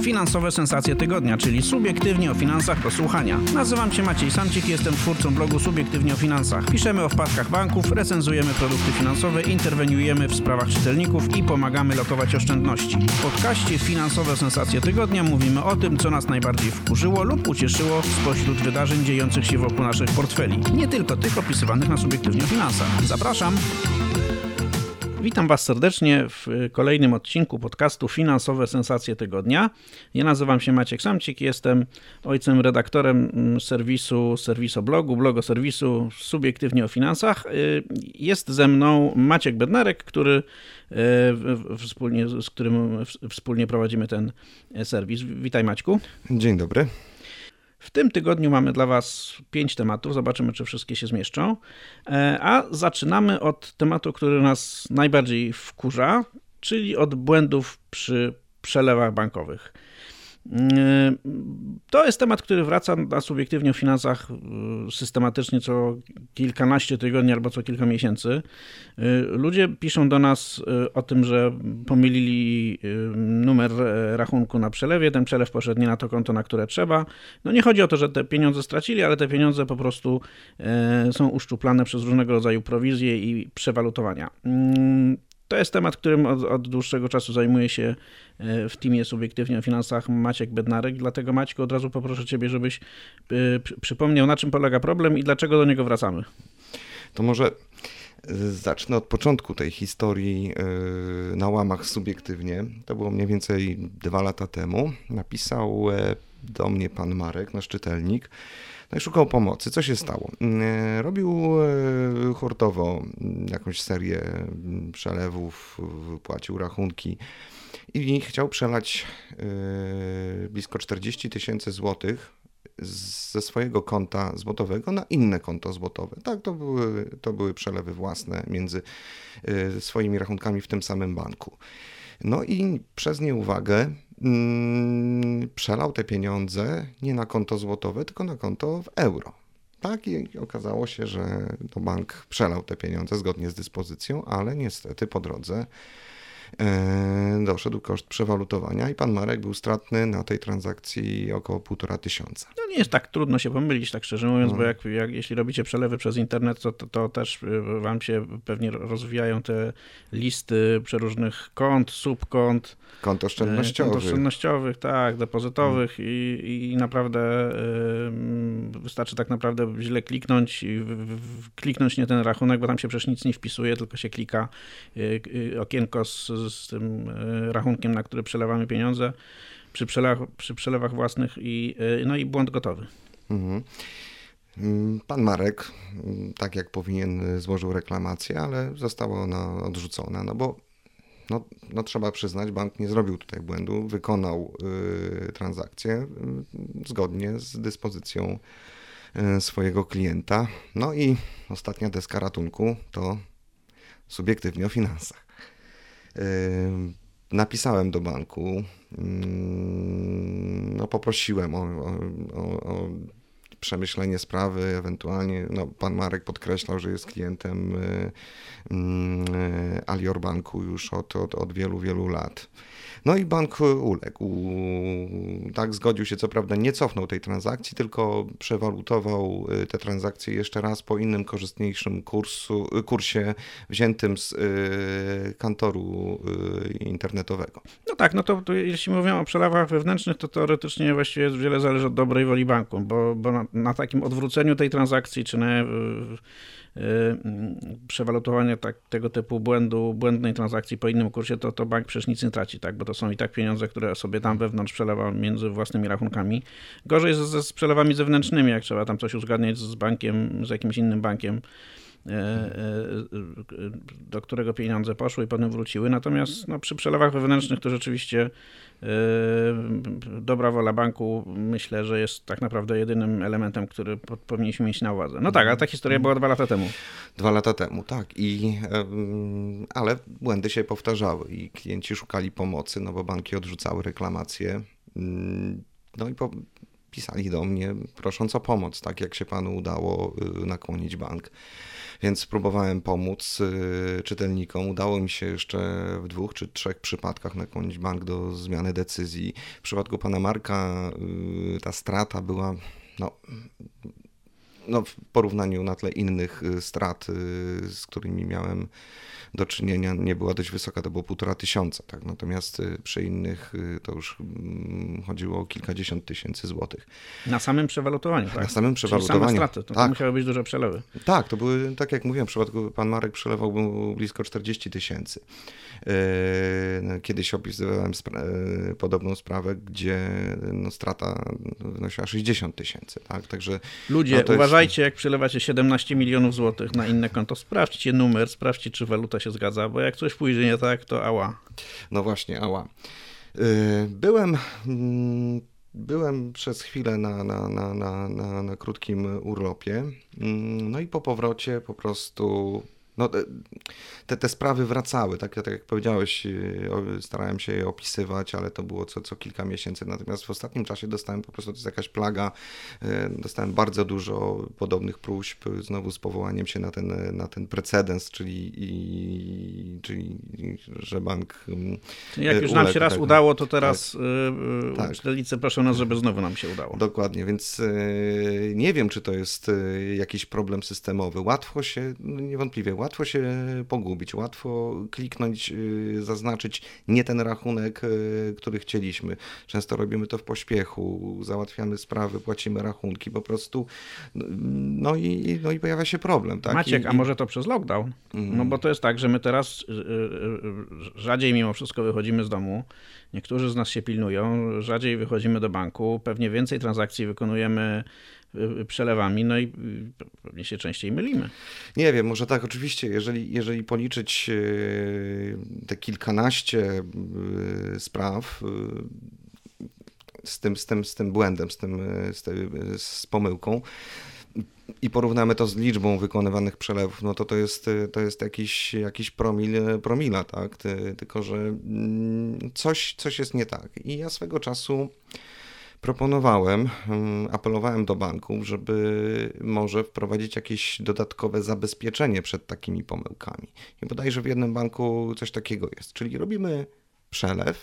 Finansowe sensacje tygodnia, czyli subiektywnie o finansach do słuchania. Nazywam się Maciej Samcik i jestem twórcą blogu Subiektywnie o finansach. Piszemy o wpadkach banków, recenzujemy produkty finansowe, interweniujemy w sprawach czytelników i pomagamy lokować oszczędności. W podcaście Finansowe sensacje tygodnia mówimy o tym, co nas najbardziej wkurzyło lub ucieszyło spośród wydarzeń dziejących się wokół naszych portfeli. Nie tylko tych opisywanych na Subiektywnie o finansach. Zapraszam! Witam Was serdecznie w kolejnym odcinku podcastu Finansowe sensacje tygodnia. Ja nazywam się Maciek Samcik, jestem ojcem redaktorem blogoserwisu Subiektywnie o finansach. Jest ze mną Maciek Bednarek, z którym wspólnie prowadzimy ten serwis. Witaj, Maćku. Dzień dobry. W tym tygodniu mamy dla Was 5 tematów, zobaczymy, czy wszystkie się zmieszczą, a zaczynamy od tematu, który nas najbardziej wkurza, czyli od błędów przy przelewach bankowych. To jest temat, który wraca na Subiektywnie o finansach systematycznie co kilkanaście tygodni albo co kilka miesięcy. Ludzie piszą do nas o tym, że pomylili numer rachunku na przelewie, ten przelew poszedł nie na to konto, na które trzeba. No nie chodzi o to, że te pieniądze stracili, ale te pieniądze po prostu są uszczuplane przez różnego rodzaju prowizje i przewalutowania. To jest temat, którym od dłuższego czasu zajmuje się w teamie Subiektywnie o finansach Maciek Bednarek. Dlatego, Maćku, od razu poproszę Ciebie, żebyś przypomniał, na czym polega problem i dlaczego do niego wracamy. To może zacznę od początku tej historii na łamach Subiektywnie. To było mniej więcej 2 lata temu. Napisał do mnie pan Marek, nasz czytelnik, no i szukał pomocy. Co się stało? Robił hurtowo jakąś serię przelewów, płacił rachunki i chciał przelać blisko 40 000 złotych ze swojego konta złotowego na inne konto złotowe. Tak, to były przelewy własne między swoimi rachunkami w tym samym banku. No i przez nieuwagę przelał te pieniądze nie na konto złotowe, tylko na konto w euro. Tak, i okazało się, że bank przelał te pieniądze zgodnie z dyspozycją, ale niestety po drodze doszedł koszt przewalutowania i pan Marek był stratny na tej transakcji około 1500. No nie jest tak trudno się pomylić, tak szczerze mówiąc, bo jeśli robicie przelewy przez internet, to też wam się pewnie rozwijają te listy przeróżnych kont, subkont. Kont oszczędnościowych. Tak, depozytowych i naprawdę wystarczy tak naprawdę źle kliknąć i kliknąć nie ten rachunek, bo tam się przecież nic nie wpisuje, tylko się klika okienko z tym rachunkiem, na który przelewamy pieniądze przy przelewach własnych i błąd gotowy. Mhm. Pan Marek, tak jak powinien, złożył reklamację, ale została ona odrzucona, no bo trzeba przyznać, bank nie zrobił tutaj błędu, wykonał transakcję zgodnie z dyspozycją swojego klienta. No i ostatnia deska ratunku to Subiektywnie o finansach. Napisałem do banku, poprosiłem o przemyślenie sprawy, ewentualnie pan Marek podkreślał, że jest klientem Alior Banku już od wielu, wielu lat. No i bank uległ. Tak, zgodził się, co prawda nie cofnął tej transakcji, tylko przewalutował tę transakcję jeszcze raz po innym, korzystniejszym kursie wziętym z kantoru internetowego. No tak, no to jeśli mówimy o przelewach wewnętrznych, to teoretycznie właściwie wiele zależy od dobrej woli banku, bo na takim odwróceniu tej transakcji, czy na przewalutowanie tego typu błędnej transakcji po innym kursie, to bank przecież nic nie traci, tak? Bo to są i tak pieniądze, które sobie tam wewnątrz przelewa między własnymi rachunkami. Gorzej ze przelewami zewnętrznymi, jak trzeba tam coś uzgadniać z bankiem, z jakimś innym bankiem, do którego pieniądze poszły i potem wróciły. Natomiast przy przelewach wewnętrznych to rzeczywiście dobra wola banku, myślę, że jest tak naprawdę jedynym elementem, który powinniśmy mieć na uwadze. No tak, ale ta historia była 2 lata temu. 2 lata temu, tak. Ale błędy się powtarzały i klienci szukali pomocy, bo banki odrzucały reklamacje. No i pisali do mnie, prosząc o pomoc, tak jak się panu udało nakłonić bank. Więc próbowałem pomóc czytelnikom. Udało mi się jeszcze w 2 czy 3 przypadkach nakłonić bank do zmiany decyzji. W przypadku pana Marka ta strata była w porównaniu na tle innych strat, z którymi miałem do czynienia, nie była dość wysoka, to było 1500, tak? Natomiast przy innych to już chodziło o kilkadziesiąt tysięcy złotych. Na samym przewalutowaniu, tak? Na samym przewalutowaniu. Czyli same straty, to musiały być duże przelewy. Tak, to były, tak jak mówiłem, w przypadku pan Marek przelewał blisko 40 tysięcy. Kiedyś opisywałem podobną sprawę, gdzie strata wynosiła 60 tysięcy, tak? Także ludzie, uważajcie, jak przelewacie 17 milionów złotych na inne konto, sprawdźcie numer, sprawdźcie, czy waluta się zgadza, bo jak coś pójdzie nie tak, to ała. No właśnie, ała. Byłem przez chwilę na krótkim urlopie, no i po powrocie po prostu te sprawy wracały, tak jak powiedziałeś, starałem się je opisywać, ale to było co kilka miesięcy, natomiast w ostatnim czasie dostałem po prostu, to jest jakaś plaga, dostałem bardzo dużo podobnych próśb, znowu z powołaniem się na ten precedens, czyli że bank jak już nam się raz udało, to teraz czytelnicy proszą nas, żeby znowu nam się udało. Dokładnie, więc nie wiem, czy to jest jakiś problem systemowy. Niewątpliwie łatwo się pogubić, łatwo kliknąć, zaznaczyć nie ten rachunek, który chcieliśmy. Często robimy to w pośpiechu, załatwiamy sprawy, płacimy rachunki, po prostu no i pojawia się problem. Tak? Maciek, a może to przez lockdown? No bo to jest tak, że my teraz rzadziej mimo wszystko wychodzimy z domu, niektórzy z nas się pilnują, rzadziej wychodzimy do banku, pewnie więcej transakcji wykonujemy przelewami, no i pewnie się częściej mylimy. Nie wiem, może tak, oczywiście, jeżeli policzyć te kilkanaście spraw z tym błędem, z pomyłką i porównamy to z liczbą wykonywanych przelewów, no to jest jakiś promila, tak? Tylko że coś jest nie tak. I ja swego czasu apelowałem do banków, żeby może wprowadzić jakieś dodatkowe zabezpieczenie przed takimi pomyłkami. I bodajże w jednym banku coś takiego jest. Czyli robimy przelew,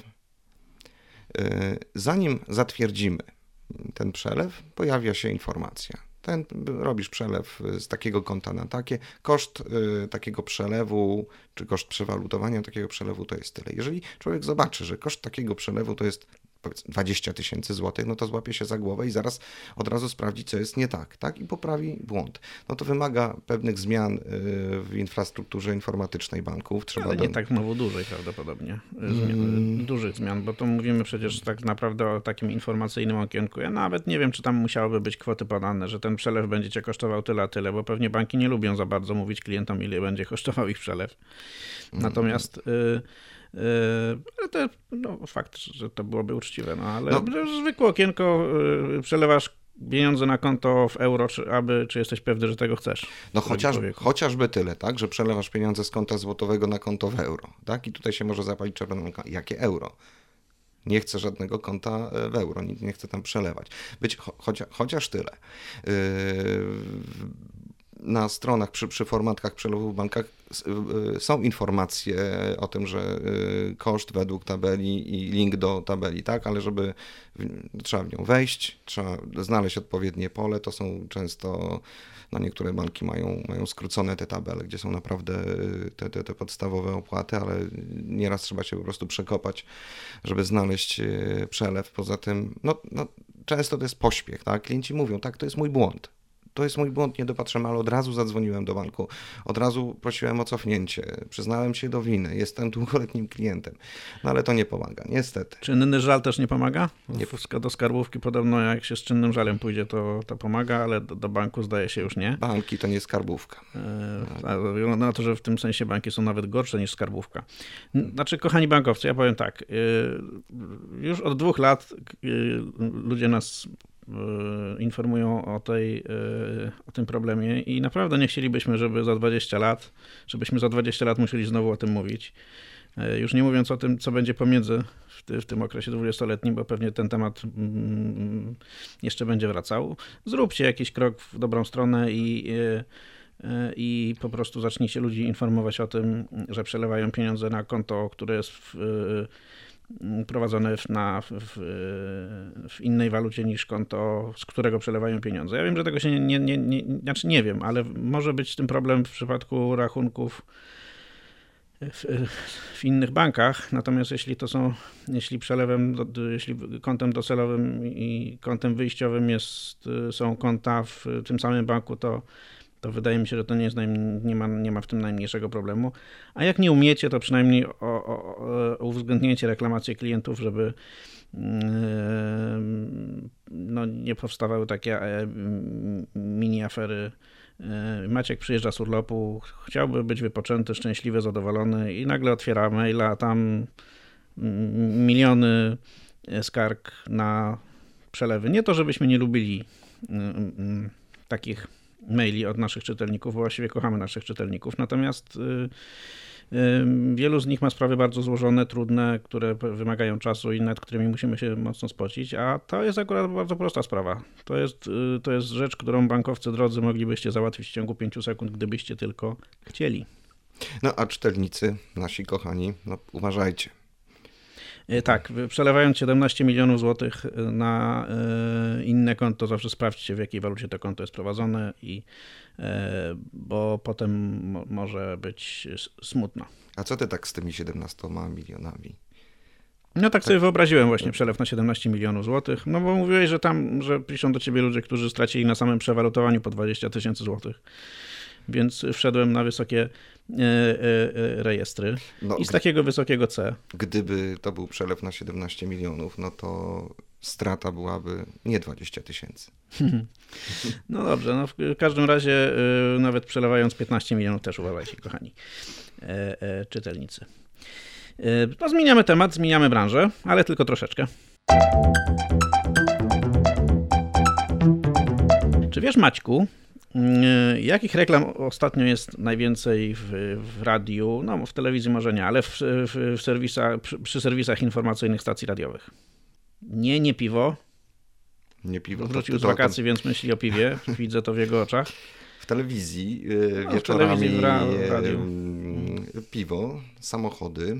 zanim zatwierdzimy ten przelew, pojawia się informacja. Robisz przelew z takiego konta na takie, koszt takiego przelewu, czy koszt przewalutowania takiego przelewu to jest tyle. Jeżeli człowiek zobaczy, że koszt takiego przelewu to jest powiedzmy 20 tysięcy złotych, no to złapie się za głowę i zaraz od razu sprawdzi, co jest nie tak, tak? I poprawi błąd. No to wymaga pewnych zmian w infrastrukturze informatycznej banków. Ale nie tak znowu dużej prawdopodobnie. Dużych zmian, bo to mówimy przecież tak naprawdę o takim informacyjnym okienku. Ja nawet nie wiem, czy tam musiałyby być kwoty podane, że ten przelew będzie cię kosztował tyle, a tyle, bo pewnie banki nie lubią za bardzo mówić klientom, ile będzie kosztował ich przelew. Natomiast to fakt, że to byłoby uczciwe, ale zwykłe okienko, przelewasz pieniądze na konto w euro, czy jesteś pewny, że tego chcesz? No chociażby tyle, tak, że przelewasz pieniądze z konta złotowego na konto w euro, tak, i tutaj się może zapalić czerwonka. Jakie euro? Nie chcę żadnego konta w euro, nikt nie chce tam przelewać. Chociaż tyle. Na stronach, przy formatkach przelewów w bankach są informacje o tym, że koszt według tabeli i link do tabeli, tak, ale trzeba w nią wejść, trzeba znaleźć odpowiednie pole, to są często, niektóre banki mają skrócone te tabele, gdzie są naprawdę te podstawowe opłaty, ale nieraz trzeba się po prostu przekopać, żeby znaleźć przelew. Poza tym, często to jest pośpiech, tak, klienci mówią, tak, to jest mój błąd. To jest mój błąd, nie dopatrzyłem, ale od razu zadzwoniłem do banku, od razu prosiłem o cofnięcie, przyznałem się do winy, jestem długoletnim klientem, ale to nie pomaga, niestety. Czynny żal też nie pomaga? Do skarbówki podobno jak się z czynnym żalem pójdzie, to pomaga, ale do banku zdaje się już nie. Banki to nie skarbówka. Wygląda na to, że w tym sensie banki są nawet gorsze niż skarbówka. Znaczy, kochani bankowcy, ja powiem tak, już od 2 lat ludzie nas informują o tym problemie i naprawdę nie chcielibyśmy, żebyśmy za 20 lat musieli znowu o tym mówić. Już nie mówiąc o tym, co będzie pomiędzy w tym okresie 20-letnim, bo pewnie ten temat jeszcze będzie wracał. Zróbcie jakiś krok w dobrą stronę i po prostu zacznijcie ludzi informować o tym, że przelewają pieniądze na konto, które jest prowadzone w innej walucie niż konto, z którego przelewają pieniądze. Ja wiem, że tego się nie wiem, ale może być z tym problem w przypadku rachunków w innych bankach, natomiast jeśli przelewem, jeśli kontem docelowym i kontem wyjściowym są konta w tym samym banku, to wydaje mi się, że to nie ma w tym najmniejszego problemu. A jak nie umiecie, to przynajmniej uwzględniecie reklamacje klientów, żeby nie powstawały takie mini afery. Maciek przyjeżdża z urlopu, chciałby być wypoczęty, szczęśliwy, zadowolony i nagle otwiera maila, a tam miliony skarg na przelewy. Nie to, żebyśmy nie lubili takich maili od naszych czytelników, bo właściwie kochamy naszych czytelników, natomiast wielu z nich ma sprawy bardzo złożone, trudne, które wymagają czasu i nad którymi musimy się mocno spocić, a to jest akurat bardzo prosta sprawa. To jest rzecz, którą bankowcy drodzy moglibyście załatwić w ciągu 5 sekund, gdybyście tylko chcieli. No a czytelnicy, nasi kochani, uważajcie. Tak, przelewając 17 milionów złotych na inne konto, zawsze sprawdźcie, w jakiej walucie to konto jest prowadzone, bo potem może być smutno. A co ty tak z tymi 17 milionami? No tak sobie wyobraziłem właśnie przelew na 17 milionów złotych, no bo mówiłeś, że piszą do ciebie ludzie, którzy stracili na samym przewalutowaniu po 20 000 złotych. Więc wszedłem na wysokie rejestry i z takiego wysokiego C. Gdyby to był przelew na 17 milionów, no to strata byłaby nie 20 000. No dobrze, no w każdym razie nawet przelewając 15 milionów też uważajcie, kochani czytelnicy. No zmieniamy temat, zmieniamy branżę, ale tylko troszeczkę. Czy wiesz, Maćku, jakich reklam ostatnio jest najwięcej w radiu? No w telewizji może nie, ale przy serwisach informacyjnych stacji radiowych. Nie piwo. Nie piwo. Wrócił z wakacji, więc myśli o piwie. Widzę to w jego oczach. W telewizji wieczorami w radiu. Piwo, samochody,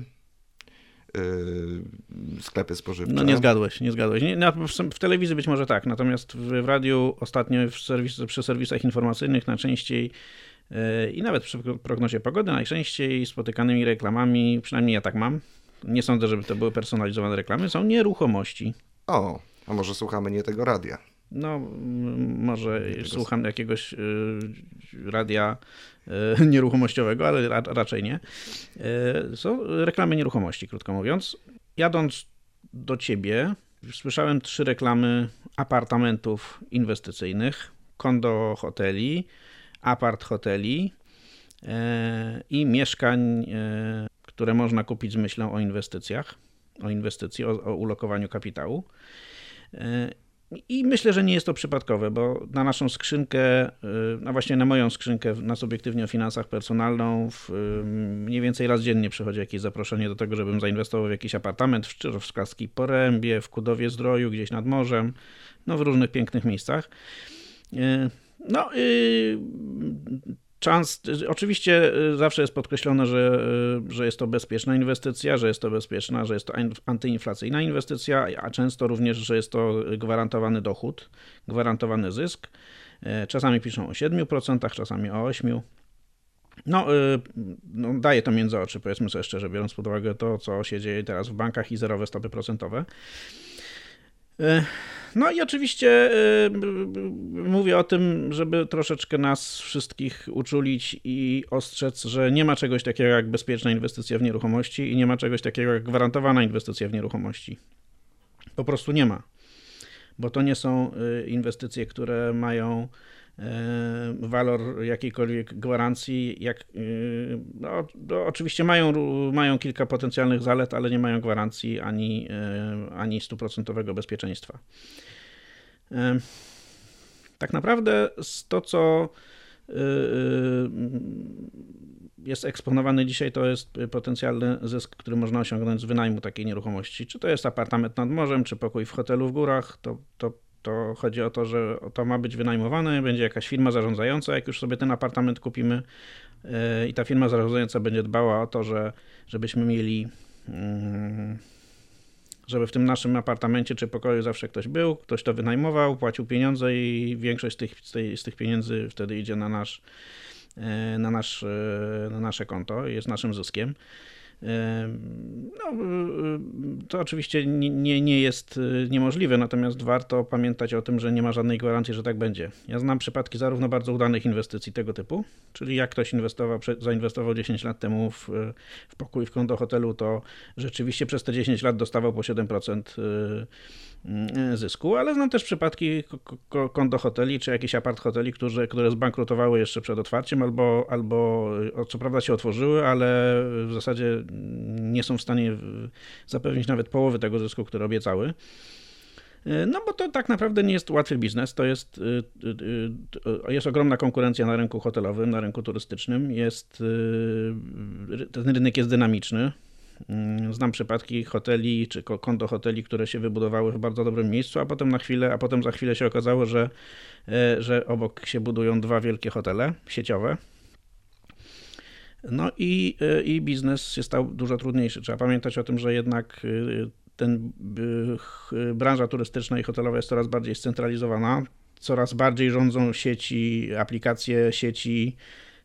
sklepy spożywcze. No nie zgadłeś. W telewizji być może tak, natomiast w radiu ostatnio przy serwisach informacyjnych najczęściej i nawet przy prognozie pogody najczęściej spotykanymi reklamami, przynajmniej ja tak mam, nie sądzę, żeby to były personalizowane reklamy, są nieruchomości. O, a może słuchamy nie tego radia? No, może słucham jakiegoś radia nieruchomościowego, ale raczej nie. Są reklamy nieruchomości, krótko mówiąc. Jadąc do ciebie, słyszałem 3 reklamy apartamentów inwestycyjnych, kondo hoteli, apart hoteli i mieszkań, które można kupić z myślą o inwestycjach, o ulokowaniu kapitału. I myślę, że nie jest to przypadkowe, bo na naszą skrzynkę, no właśnie na moją skrzynkę, na Subiektywnie o Finansach personalną mniej więcej raz dziennie przychodzi jakieś zaproszenie do tego, żebym zainwestował w jakiś apartament w Czyżowskiej Porębie, w Kudowie-Zdroju, gdzieś nad morzem, no w różnych pięknych miejscach. No oczywiście zawsze jest podkreślone, że jest to bezpieczna inwestycja, że jest to antyinflacyjna inwestycja, a często również, że jest to gwarantowany dochód, gwarantowany zysk. Czasami piszą o 7%, czasami o 8%. No, daje to między oczy, powiedzmy sobie szczerze, biorąc pod uwagę to, co się dzieje teraz w bankach i zerowe stopy procentowe. No i oczywiście mówię o tym, żeby troszeczkę nas wszystkich uczulić i ostrzec, że nie ma czegoś takiego jak bezpieczna inwestycja w nieruchomości i nie ma czegoś takiego jak gwarantowana inwestycja w nieruchomości. Po prostu nie ma, bo to nie są inwestycje, które mają walor jakiejkolwiek gwarancji. Oczywiście mają kilka potencjalnych zalet, ale nie mają gwarancji ani 100% bezpieczeństwa. Tak naprawdę to, co jest eksponowany dzisiaj, to jest potencjalny zysk, który można osiągnąć z wynajmu takiej nieruchomości. Czy to jest apartament nad morzem, czy pokój w hotelu w górach, to chodzi o to, że to ma być wynajmowane, będzie jakaś firma zarządzająca, jak już sobie ten apartament kupimy i ta firma zarządzająca będzie dbała o to, żebyśmy mieli, żeby w tym naszym apartamencie czy pokoju zawsze ktoś był, ktoś to wynajmował, płacił pieniądze i większość z tych pieniędzy wtedy idzie na nasze konto, jest naszym zyskiem. No, to oczywiście nie jest niemożlive, natomiast warto pamiętać o tym, że nie ma żadnej gwarancji, że tak będzie. Ja znam przypadki zarówno bardzo udanych inwestycji tego typu, czyli jak ktoś zainwestował 10 lat temu w pokój w konto hotelu, to rzeczywiście przez te 10 lat dostawał po 7% zysku, ale znam też przypadki kondo hoteli czy jakichś apart hoteli, które zbankrutowały jeszcze przed otwarciem albo co prawda się otworzyły, ale w zasadzie nie są w stanie zapewnić nawet połowy tego zysku, który obiecały. No bo to tak naprawdę nie jest łatwy biznes, jest ogromna konkurencja na rynku hotelowym, na rynku turystycznym, ten rynek jest dynamiczny. Znam przypadki hoteli czy kondo hoteli, które się wybudowały w bardzo dobrym miejscu, a potem za chwilę się okazało, że obok się budują dwa wielkie hotele sieciowe. No i biznes się stał dużo trudniejszy. Trzeba pamiętać o tym, że jednak branża turystyczna i hotelowa jest coraz bardziej scentralizowana, coraz bardziej rządzą aplikacje sieci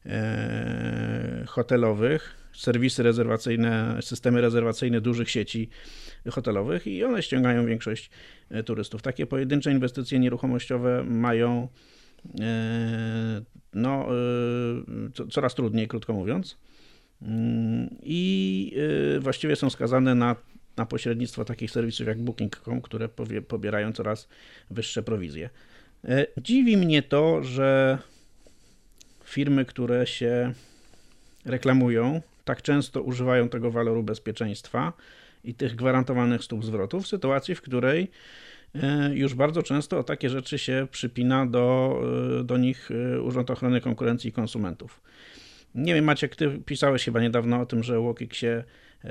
hotelowych, serwisy rezerwacyjne, systemy rezerwacyjne dużych sieci hotelowych i one ściągają większość turystów. Takie pojedyncze inwestycje nieruchomościowe mają coraz trudniej, krótko mówiąc, i właściwie są skazane na pośrednictwo takich serwisów jak Booking.com, które pobierają coraz wyższe prowizje. Dziwi mnie to, że firmy, które się reklamują, tak często używają tego waloru bezpieczeństwa i tych gwarantowanych stóp zwrotu w sytuacji, w której już bardzo często o takie rzeczy się przypina do nich Urząd Ochrony Konkurencji i Konsumentów. Nie wiem, Maciek, ty pisałeś chyba niedawno o tym, że UOKiK się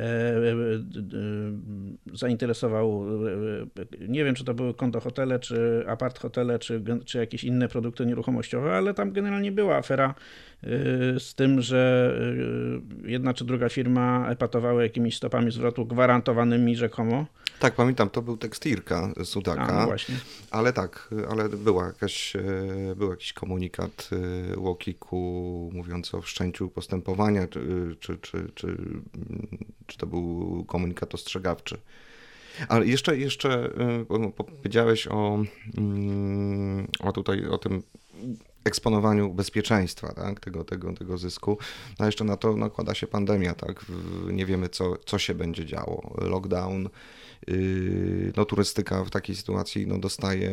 zainteresował, nie wiem, czy to były konto hotele, czy apart hotele, czy jakieś inne produkty nieruchomościowe, ale tam generalnie była afera z tym, że jedna czy druga firma epatowały jakimiś stopami zwrotu gwarantowanymi rzekomo. Tak, pamiętam, to był tekst Irka Sudaka, no właśnie. ale był jakiś komunikat UOKiK-u mówiący o wszczęciu postępowania, czy to był komunikat ostrzegawczy. Ale jeszcze powiedziałeś o tym eksponowaniu bezpieczeństwa, tak? tego zysku. No jeszcze na to nakłada się pandemia, tak? Nie wiemy, co się będzie działo. Lockdown, turystyka w takiej sytuacji dostaje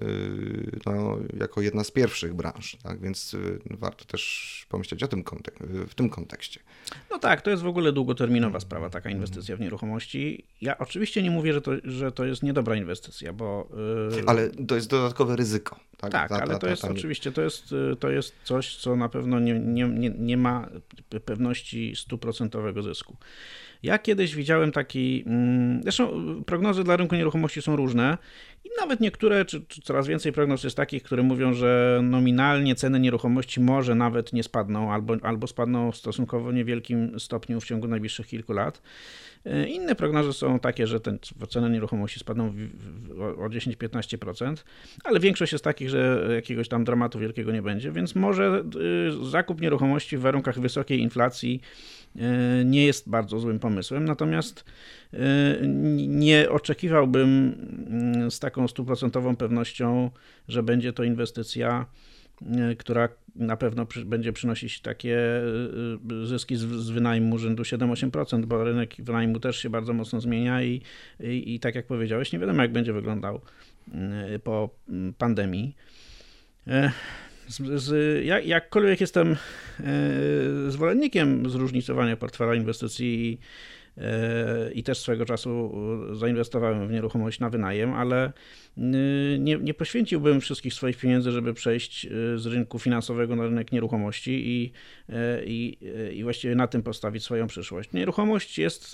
jako jedna z pierwszych branż, tak? Więc warto też pomyśleć w tym kontekście. No tak, to jest w ogóle długoterminowa sprawa, taka inwestycja w nieruchomości. Ja oczywiście nie mówię, że to jest niedobra inwestycja, bo... Ale to jest dodatkowe ryzyko. Tak, ale to jest oczywiście, to jest coś, co na pewno nie ma pewności 100% zysku. Ja kiedyś widziałem zresztą prognozy dla rynku nieruchomości są różne i nawet niektóre, czy coraz więcej prognoz jest takich, które mówią, że nominalnie ceny nieruchomości może nawet nie spadną albo spadną w stosunkowo niewielkim stopniu w ciągu najbliższych kilku lat. Inne prognozy są takie, że ceny nieruchomości spadną o 10-15%, ale większość jest takich, że jakiegoś tam dramatu wielkiego nie będzie, więc może zakup nieruchomości w warunkach wysokiej inflacji nie jest bardzo złym pomysłem, natomiast nie oczekiwałbym z taką 100% pewnością, że będzie to inwestycja, która na pewno będzie przynosić takie zyski z wynajmu rzędu 7-8%, bo rynek wynajmu też się bardzo mocno zmienia i tak jak powiedziałeś, nie wiadomo jak będzie wyglądał po pandemii. Jakkolwiek jestem zwolennikiem zróżnicowania portfela inwestycji i też swego czasu zainwestowałem w nieruchomość na wynajem, ale nie poświęciłbym wszystkich swoich pieniędzy, żeby przejść z rynku finansowego na rynek nieruchomości i właściwie na tym postawić swoją przyszłość. Nieruchomość jest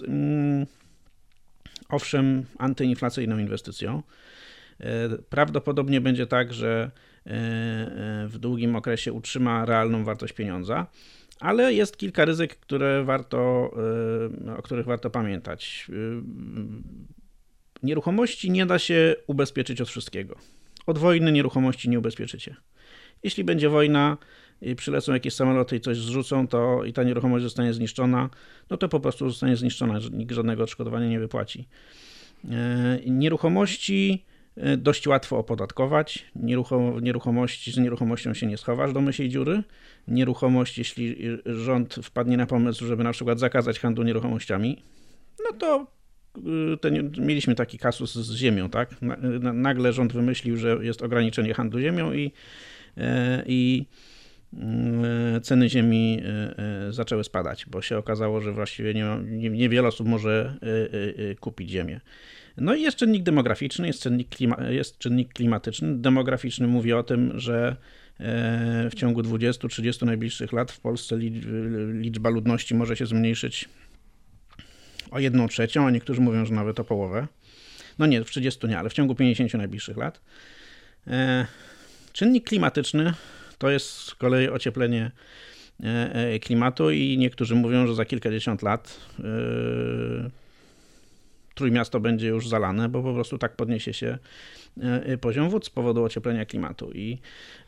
owszem antyinflacyjną inwestycją. Prawdopodobnie będzie tak, że w długim okresie utrzyma realną wartość pieniądza, ale jest kilka ryzyk, o których warto pamiętać. Nieruchomości nie da się ubezpieczyć od wszystkiego. Od wojny nieruchomości nie ubezpieczycie. Jeśli będzie wojna i przylecą jakieś samoloty i coś zrzucą, to i ta nieruchomość zostanie zniszczona, no to po prostu zostanie zniszczona, nikt żadnego odszkodowania nie wypłaci. Nieruchomości dość łatwo opodatkować. Z nieruchomością się nie schowasz do mysiej dziury. Nieruchomość, jeśli rząd wpadnie na pomysł, żeby na przykład zakazać handlu nieruchomościami, no to mieliśmy taki kasus z ziemią, tak? Nagle rząd wymyślił, że jest ograniczenie handlu ziemią i ceny ziemi zaczęły spadać, bo się okazało, że właściwie niewiele osób może kupić ziemię. No i jest czynnik demograficzny, jest czynnik klimatyczny. Demograficzny mówi o tym, że w ciągu 20-30 najbliższych lat w Polsce liczba ludności może się zmniejszyć o 1/3, a niektórzy mówią, że nawet o połowę. No nie, w 30 nie, ale w ciągu 50 najbliższych lat. Czynnik klimatyczny to jest z kolei ocieplenie klimatu i niektórzy mówią, że za kilkadziesiąt lat Trójmiasto będzie już zalane, bo po prostu tak podniesie się poziom wód z powodu ocieplenia klimatu. I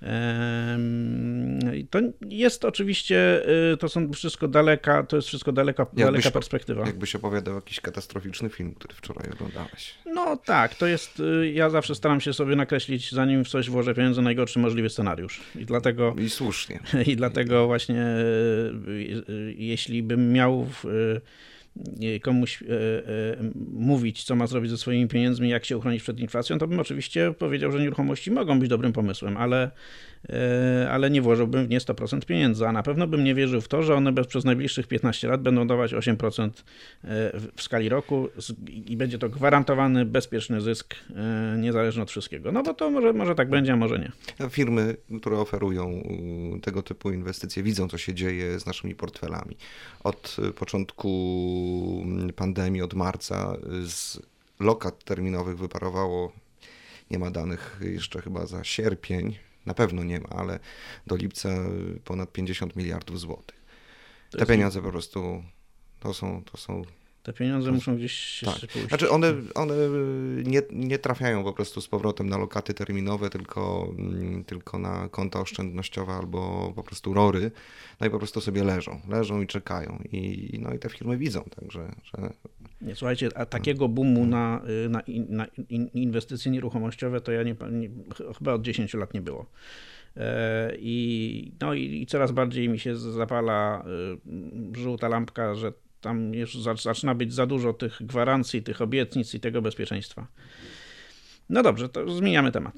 to jest oczywiście, to jest wszystko daleka perspektywa. Jakbyś opowiadał jakiś katastroficzny film, który wczoraj oglądałeś. No tak, to jest, ja zawsze staram się sobie nakreślić, zanim w coś włożę pieniądze, najgorszy możliwy scenariusz. I słusznie. I dlatego właśnie, jeśli bym miał komuś mówić, co ma zrobić ze swoimi pieniędzmi, jak się uchronić przed inflacją, to bym oczywiście powiedział, że nieruchomości mogą być dobrym pomysłem, ale nie włożyłbym w nie 100% pieniędzy, a na pewno bym nie wierzył w to, że one przez najbliższych 15 lat będą dawać 8% w skali roku i będzie to gwarantowany, bezpieczny zysk, niezależny od wszystkiego. No bo to może tak będzie, a może nie. Firmy, które oferują tego typu inwestycje, widzą, co się dzieje z naszymi portfelami. Od początku pandemii, od marca z lokat terminowych wyparowało, nie ma danych jeszcze chyba za sierpień, na pewno nie ma, ale do lipca ponad 50 miliardów złotych. Te pieniądze po prostu to są te pieniądze muszą gdzieś tak. się pójść. Znaczy one nie trafiają po prostu z powrotem na lokaty terminowe, tylko na konta oszczędnościowe albo po prostu ROR-y. No i po prostu sobie leżą i czekają. I te firmy widzą, także że... Nie, słuchajcie, a takiego boomu na inwestycje nieruchomościowe to chyba od 10 lat nie było. I coraz bardziej mi się zapala żółta lampka, że tam już zaczyna być za dużo tych gwarancji, tych obietnic i tego bezpieczeństwa. No dobrze, to zmieniamy temat.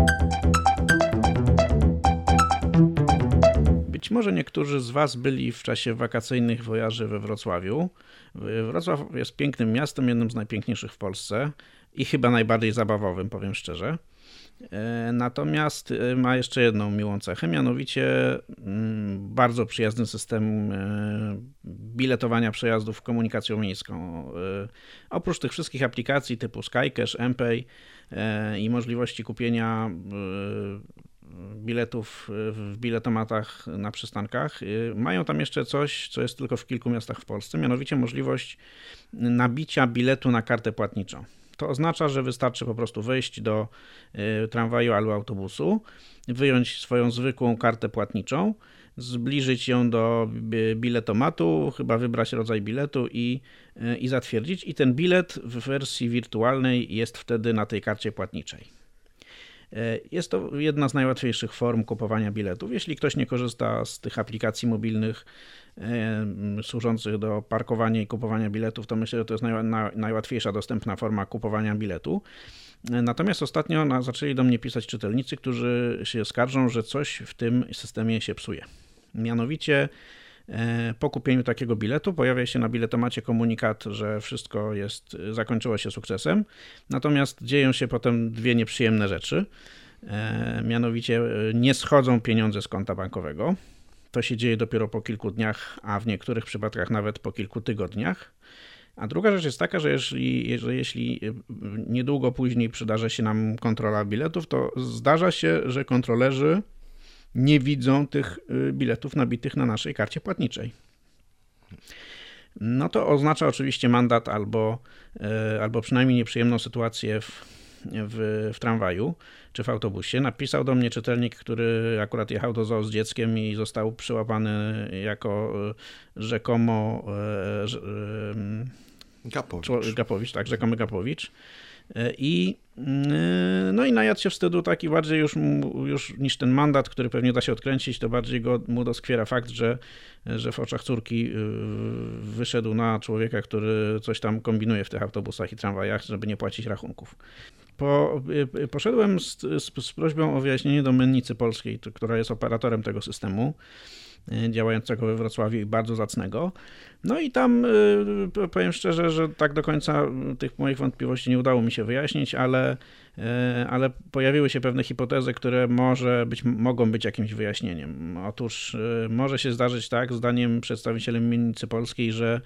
Być może niektórzy z Was byli w czasie wakacyjnych wojaży we Wrocławiu. Wrocław jest pięknym miastem, jednym z najpiękniejszych w Polsce i chyba najbardziej zabawowym, powiem szczerze. Natomiast ma jeszcze jedną miłą cechę, mianowicie bardzo przyjazny system biletowania przejazdów komunikacją miejską. Oprócz tych wszystkich aplikacji typu SkyCash, mPay i możliwości kupienia biletów w biletomatach na przystankach, mają tam jeszcze coś, co jest tylko w kilku miastach w Polsce, mianowicie możliwość nabicia biletu na kartę płatniczą. To oznacza, że wystarczy po prostu wejść do tramwaju albo autobusu, wyjąć swoją zwykłą kartę płatniczą, zbliżyć ją do biletomatu, chyba wybrać rodzaj biletu i zatwierdzić. I ten bilet w wersji wirtualnej jest wtedy na tej karcie płatniczej. Jest to jedna z najłatwiejszych form kupowania biletów. Jeśli ktoś nie korzysta z tych aplikacji mobilnych służących do parkowania i kupowania biletów, to myślę, że to jest najłatwiejsza dostępna forma kupowania biletu. Natomiast ostatnio zaczęli do mnie pisać czytelnicy, którzy się skarżą, że coś w tym systemie się psuje. Mianowicie Po kupieniu takiego biletu pojawia się na biletomacie komunikat, że wszystko zakończyło się sukcesem, natomiast dzieją się potem dwie nieprzyjemne rzeczy. Mianowicie nie schodzą pieniądze z konta bankowego. To się dzieje dopiero po kilku dniach, a w niektórych przypadkach nawet po kilku tygodniach. A druga rzecz jest taka, że jeśli niedługo później przydarzy się nam kontrola biletów, to zdarza się, że kontrolerzy nie widzą tych biletów nabitych na naszej karcie płatniczej. No to oznacza oczywiście mandat albo przynajmniej nieprzyjemną sytuację w tramwaju czy w autobusie. Napisał do mnie czytelnik, który akurat jechał do zoo z dzieckiem i został przyłapany jako rzekomo Gapowicz, tak, rzekomy Gapowicz. No i najadł się wstydu taki bardziej już niż ten mandat, który pewnie da się odkręcić, to bardziej mu doskwiera fakt, że w oczach córki wyszedł na człowieka, który coś tam kombinuje w tych autobusach i tramwajach, żeby nie płacić rachunków. Poszedłem z prośbą o wyjaśnienie do Mennicy Polskiej, która jest operatorem tego systemu, działającego we Wrocławiu i bardzo zacnego. No i tam powiem szczerze, że tak do końca tych moich wątpliwości nie udało mi się wyjaśnić, ale pojawiły się pewne hipotezy, które mogą być jakimś wyjaśnieniem. Otóż może się zdarzyć tak, zdaniem przedstawicieli Mennicy Polskiej, że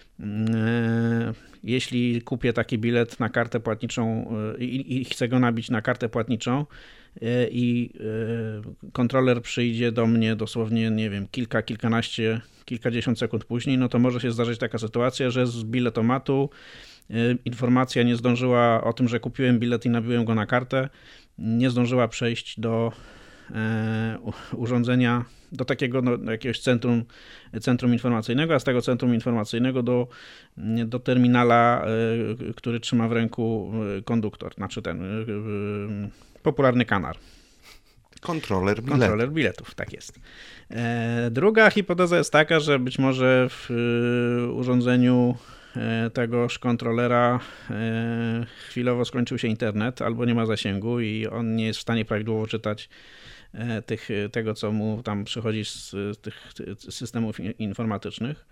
jeśli kupię taki bilet na kartę płatniczą i chcę go nabić na kartę płatniczą i kontroler przyjdzie do mnie dosłownie, nie wiem, kilkadziesiąt sekund później, no to może się zdarzyć taka sytuacja, że z biletomatu informacja nie zdążyła o tym, że kupiłem bilet i nabiłem go na kartę, nie zdążyła przejść do urządzenia, do takiego jakiegoś centrum informacyjnego, a z tego centrum informacyjnego do terminala, który trzyma w ręku konduktor, znaczy ten popularny kanar. Kontroler biletów, tak jest. Druga hipoteza jest taka, że być może w urządzeniu tegoż kontrolera chwilowo skończył się internet albo nie ma zasięgu i on nie jest w stanie prawidłowo czytać tego, co mu tam przychodzi z tych systemów informatycznych.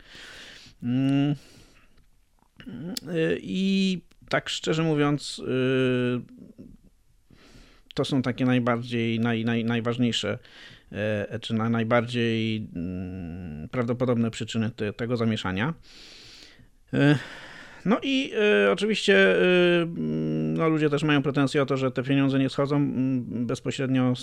I tak szczerze mówiąc, to są takie najważniejsze czy najbardziej prawdopodobne przyczyny tego zamieszania. No i oczywiście ludzie też mają pretensje o to, że te pieniądze nie schodzą bezpośrednio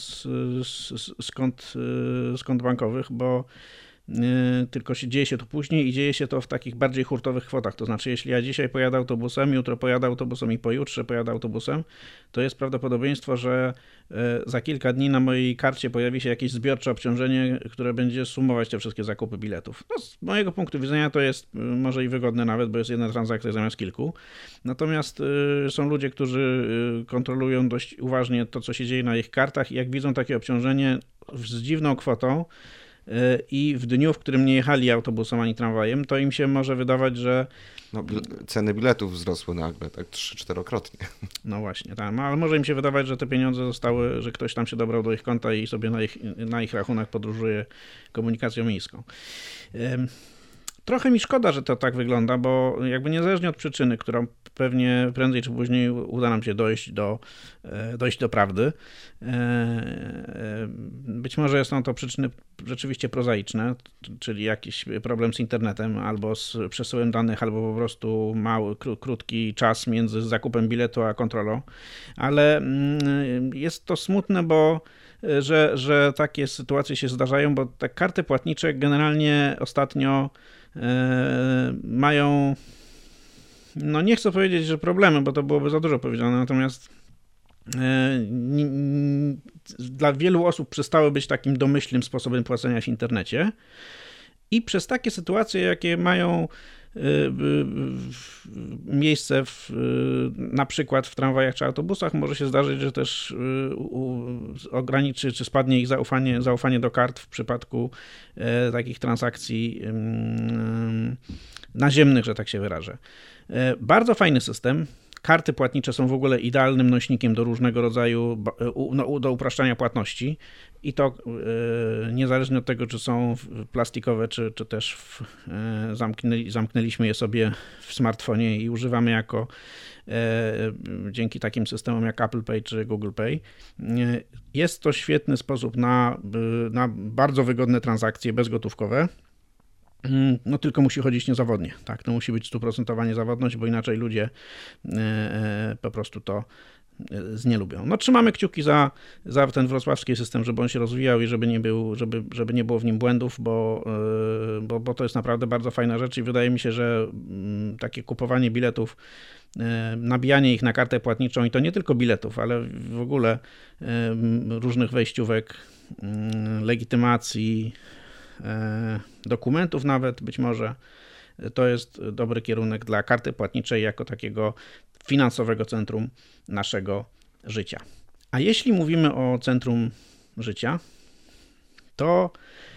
z kont bankowych, bo tylko dzieje się to później i dzieje się to w takich bardziej hurtowych kwotach. To znaczy, jeśli ja dzisiaj pojadę autobusem, jutro pojadę autobusem i pojutrze pojadę autobusem, to jest prawdopodobieństwo, że za kilka dni na mojej karcie pojawi się jakieś zbiorcze obciążenie, które będzie sumować te wszystkie zakupy biletów. No, z mojego punktu widzenia to jest może i wygodne nawet, bo jest jedna transakcja zamiast kilku. Natomiast są ludzie, którzy kontrolują dość uważnie to, co się dzieje na ich kartach i jak widzą takie obciążenie z dziwną kwotą, i w dniu, w którym nie jechali autobusem ani tramwajem, to im się może wydawać, że... No, ceny biletów wzrosły nagle, tak 3-4-krotnie. No właśnie, tak, ale może im się wydawać, że te pieniądze zostały, że ktoś tam się dobrał do ich konta i sobie na ich rachunek podróżuje komunikacją miejską. Trochę mi szkoda, że to tak wygląda, bo jakby niezależnie od przyczyny, którą pewnie prędzej czy później uda nam się dojść do prawdy, być może są to przyczyny rzeczywiście prozaiczne, czyli jakiś problem z internetem albo z przesyłem danych, albo po prostu krótki czas między zakupem biletu a kontrolą, ale jest to smutne, bo że takie sytuacje się zdarzają, bo te karty płatnicze generalnie ostatnio mają, no nie chcę powiedzieć, że problemy, bo to byłoby za dużo powiedziane, natomiast dla wielu osób przestały być takim domyślnym sposobem płacenia w internecie i przez takie sytuacje, jakie mają miejsce na przykład w tramwajach czy autobusach, może się zdarzyć, że też ograniczy czy spadnie ich zaufanie do kart w przypadku takich transakcji naziemnych, że tak się wyrażę. Bardzo fajny system, karty płatnicze są w ogóle idealnym nośnikiem do różnego rodzaju, do upraszczania płatności i to niezależnie od tego, czy są plastikowe, czy też zamknęliśmy je sobie w smartfonie i używamy jako dzięki takim systemom jak Apple Pay czy Google Pay. Jest to świetny sposób na bardzo wygodne transakcje bezgotówkowe. No tylko musi chodzić niezawodnie, tak, to musi być 100% niezawodność, bo inaczej ludzie po prostu to nie lubią. No trzymamy kciuki za ten wrocławski system, żeby on się rozwijał i żeby nie było w nim błędów, bo to jest naprawdę bardzo fajna rzecz i wydaje mi się, że takie kupowanie biletów, nabijanie ich na kartę płatniczą i to nie tylko biletów, ale w ogóle różnych wejściówek, legitymacji, dokumentów nawet być może, to jest dobry kierunek dla karty płatniczej jako takiego finansowego centrum naszego życia. A jeśli mówimy o centrum życia, to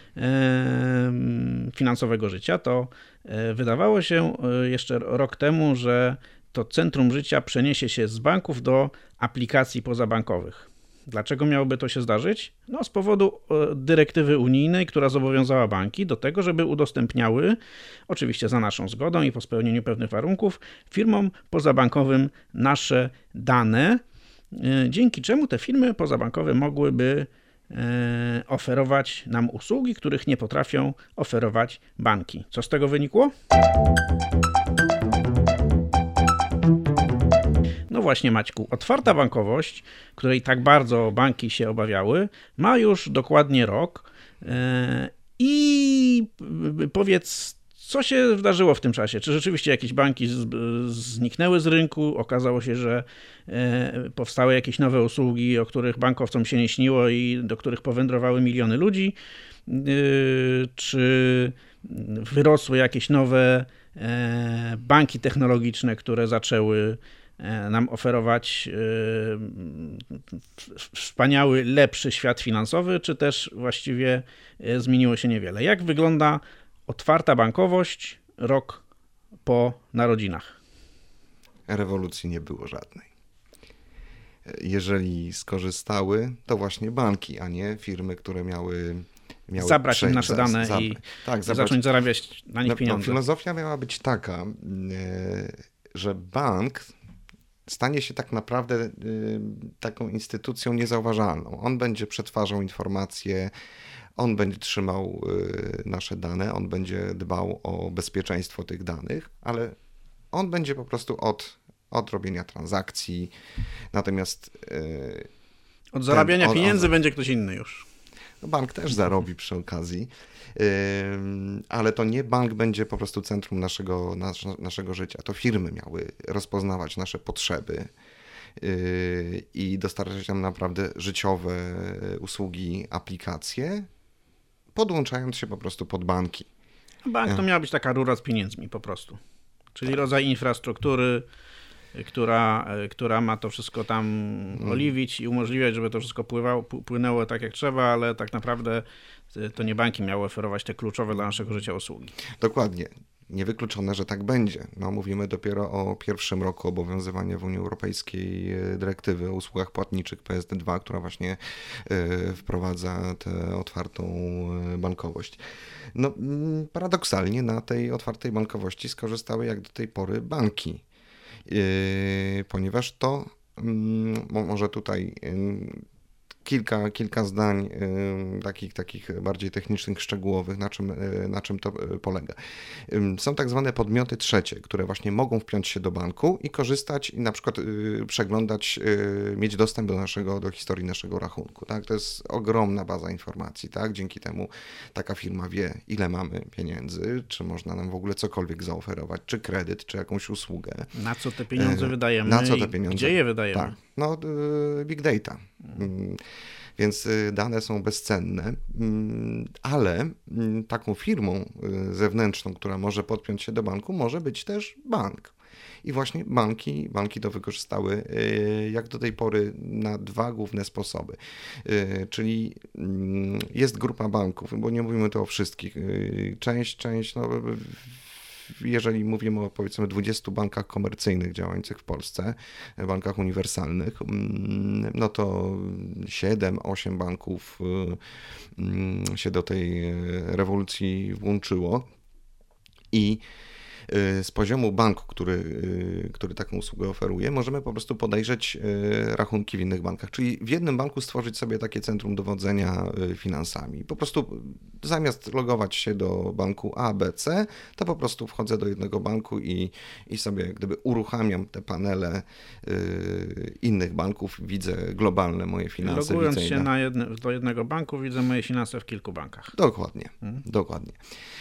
finansowego życia, to wydawało się jeszcze rok temu, że to centrum życia przeniesie się z banków do aplikacji pozabankowych. Dlaczego miałoby to się zdarzyć? No z powodu dyrektywy unijnej, która zobowiązała banki do tego, żeby udostępniały, oczywiście za naszą zgodą i po spełnieniu pewnych warunków, firmom pozabankowym nasze dane, dzięki czemu te firmy pozabankowe mogłyby oferować nam usługi, których nie potrafią oferować banki. Co z tego wynikło? No właśnie, Maćku, otwarta bankowość, której tak bardzo banki się obawiały, ma już dokładnie rok i powiedz, co się wydarzyło w tym czasie? Czy rzeczywiście jakieś banki zniknęły z rynku? Okazało się, że powstały jakieś nowe usługi, o których bankowcom się nie śniło i do których powędrowały miliony ludzi? Czy wyrosły jakieś nowe banki technologiczne, które zaczęły nam oferować wspaniały, lepszy świat finansowy, czy też właściwie zmieniło się niewiele? Jak wygląda otwarta bankowość rok po narodzinach? Rewolucji nie było żadnej. Jeżeli skorzystały, to właśnie banki, a nie firmy, które miały zabrać im nasze dane i zacząć zarabiać na nich pieniądze. Filozofia miała być taka, że bank stanie się tak naprawdę taką instytucją niezauważalną. On będzie przetwarzał informacje, on będzie trzymał nasze dane, on będzie dbał o bezpieczeństwo tych danych, ale on będzie po prostu od robienia transakcji, natomiast od zarabiania pieniędzy będzie ktoś inny już. No bank też zarobi przy okazji, ale to nie bank będzie po prostu centrum naszego życia. To firmy miały rozpoznawać nasze potrzeby i dostarczać nam naprawdę życiowe usługi, aplikacje, podłączając się po prostu pod banki. Bank to miała być taka rura z pieniędzmi po prostu, czyli rodzaj infrastruktury, która ma to wszystko tam oliwić i umożliwiać, żeby to wszystko płynęło tak jak trzeba, ale tak naprawdę to nie banki miały oferować te kluczowe dla naszego życia usługi. Dokładnie. Niewykluczone, że tak będzie. No, mówimy dopiero o pierwszym roku obowiązywania w Unii Europejskiej dyrektywy o usługach płatniczych PSD2, która właśnie wprowadza tę otwartą bankowość. No, paradoksalnie na tej otwartej bankowości skorzystały jak do tej pory banki. Ponieważ to, może tutaj kilka zdań takich bardziej technicznych, szczegółowych, na czym to polega. Są tak zwane podmioty trzecie, które właśnie mogą wpiąć się do banku i korzystać i na przykład przeglądać, mieć dostęp do historii naszego rachunku. Tak? To jest ogromna baza informacji. Tak? Dzięki temu taka firma wie, ile mamy pieniędzy, czy można nam w ogóle cokolwiek zaoferować, czy kredyt, czy jakąś usługę. Na co te pieniądze wydajemy, gdzie je wydajemy. Tak. No, big data. Więc dane są bezcenne, ale taką firmą zewnętrzną, która może podpiąć się do banku, może być też bank. I właśnie banki to wykorzystały jak do tej pory na dwa główne sposoby. Czyli jest grupa banków, bo nie mówimy tu o wszystkich. Część jeżeli mówimy o powiedzmy 20 bankach komercyjnych działających w Polsce, bankach uniwersalnych, no to 7-8 banków się do tej rewolucji włączyło i z poziomu banku, który taką usługę oferuje, możemy po prostu podejrzeć rachunki w innych bankach. Czyli w jednym banku stworzyć sobie takie centrum dowodzenia finansami. Po prostu zamiast logować się do banku A, B, C, to po prostu wchodzę do jednego banku i sobie jak gdyby uruchamiam te panele innych banków, widzę globalne moje finanse. Logując się do jednego banku, widzę moje finanse w kilku bankach. Dokładnie, dokładnie.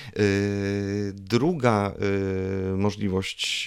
Druga możliwość,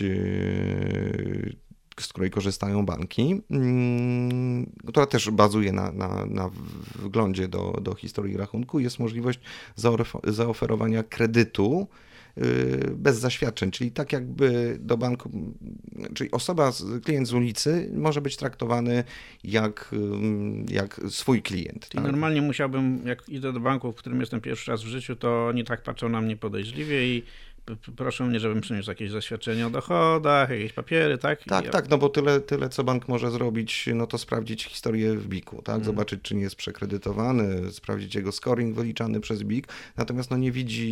z której korzystają banki, która też bazuje na wglądzie do historii rachunku, jest możliwość zaoferowania kredytu bez zaświadczeń, czyli tak jakby do banku, czyli klient z ulicy może być traktowany jak swój klient. Czyli tak? normalnie musiałbym, jak idę do banku, w którym jestem pierwszy raz w życiu, to oni tak patrzą na mnie podejrzliwie i proszę mnie, żebym przyniósł jakieś zaświadczenie o dochodach, jakieś papiery, tak? Tak, no bo tyle co bank może zrobić, no to sprawdzić historię w BIK-u, tak? Zobaczyć, czy nie jest przekredytowany, sprawdzić jego scoring wyliczany przez BIK, natomiast no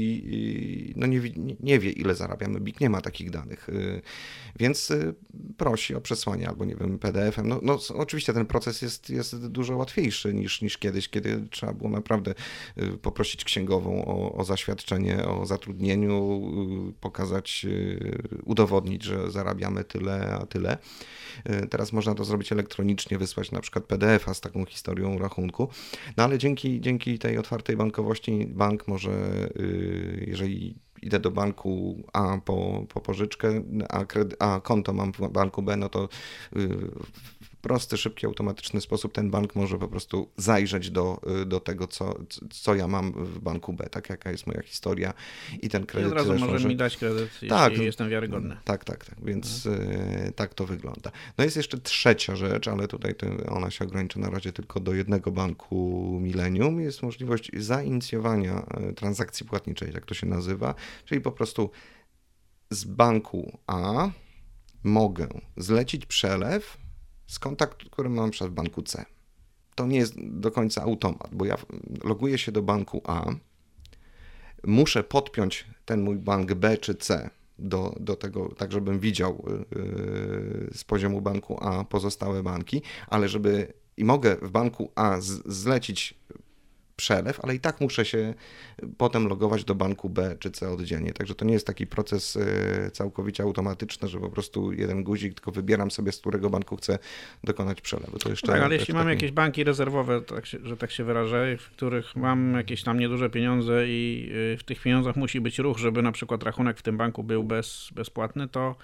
nie wie, ile zarabiamy. BIK nie ma takich danych, więc prosi o przesłanie albo, nie wiem, PDF-em. No oczywiście ten proces jest dużo łatwiejszy niż kiedyś, kiedy trzeba było naprawdę poprosić księgową o zaświadczenie o zatrudnieniu, pokazać, udowodnić, że zarabiamy tyle, a tyle. Teraz można to zrobić elektronicznie, wysłać na przykład PDF-a z taką historią rachunku, no ale dzięki tej otwartej bankowości bank może, jeżeli idę do banku A po pożyczkę, a konto mam w banku B, no to w prosty, szybki, automatyczny sposób ten bank może po prostu zajrzeć do tego, co ja mam w banku B, tak, jaka jest moja historia i ten kredyt. I od razu może mi dać kredyt, jeśli jestem wiarygodny. Tak, więc tak to wygląda. No jest jeszcze trzecia rzecz, ale tutaj ona się ogranicza na razie tylko do jednego banku Millennium. Jest możliwość zainicjowania transakcji płatniczej, jak to się nazywa, czyli po prostu z banku A mogę zlecić przelew z konta, który mam na przykład w banku C. To nie jest do końca automat, bo ja loguję się do banku A, muszę podpiąć ten mój bank B czy C do tego, tak żebym widział z poziomu banku A pozostałe banki, ale i mogę w banku A zlecić przelew, ale i tak muszę się potem logować do banku B czy C oddzielnie. Także to nie jest taki proces całkowicie automatyczny, że po prostu jeden guzik, tylko wybieram sobie, z którego banku chcę dokonać przelewu. To jeszcze, tak, ale jeśli mam jakieś banki rezerwowe, że tak się wyrażę, w których mam jakieś tam nieduże pieniądze i w tych pieniądzach musi być ruch, żeby na przykład rachunek w tym banku był bezpłatny, to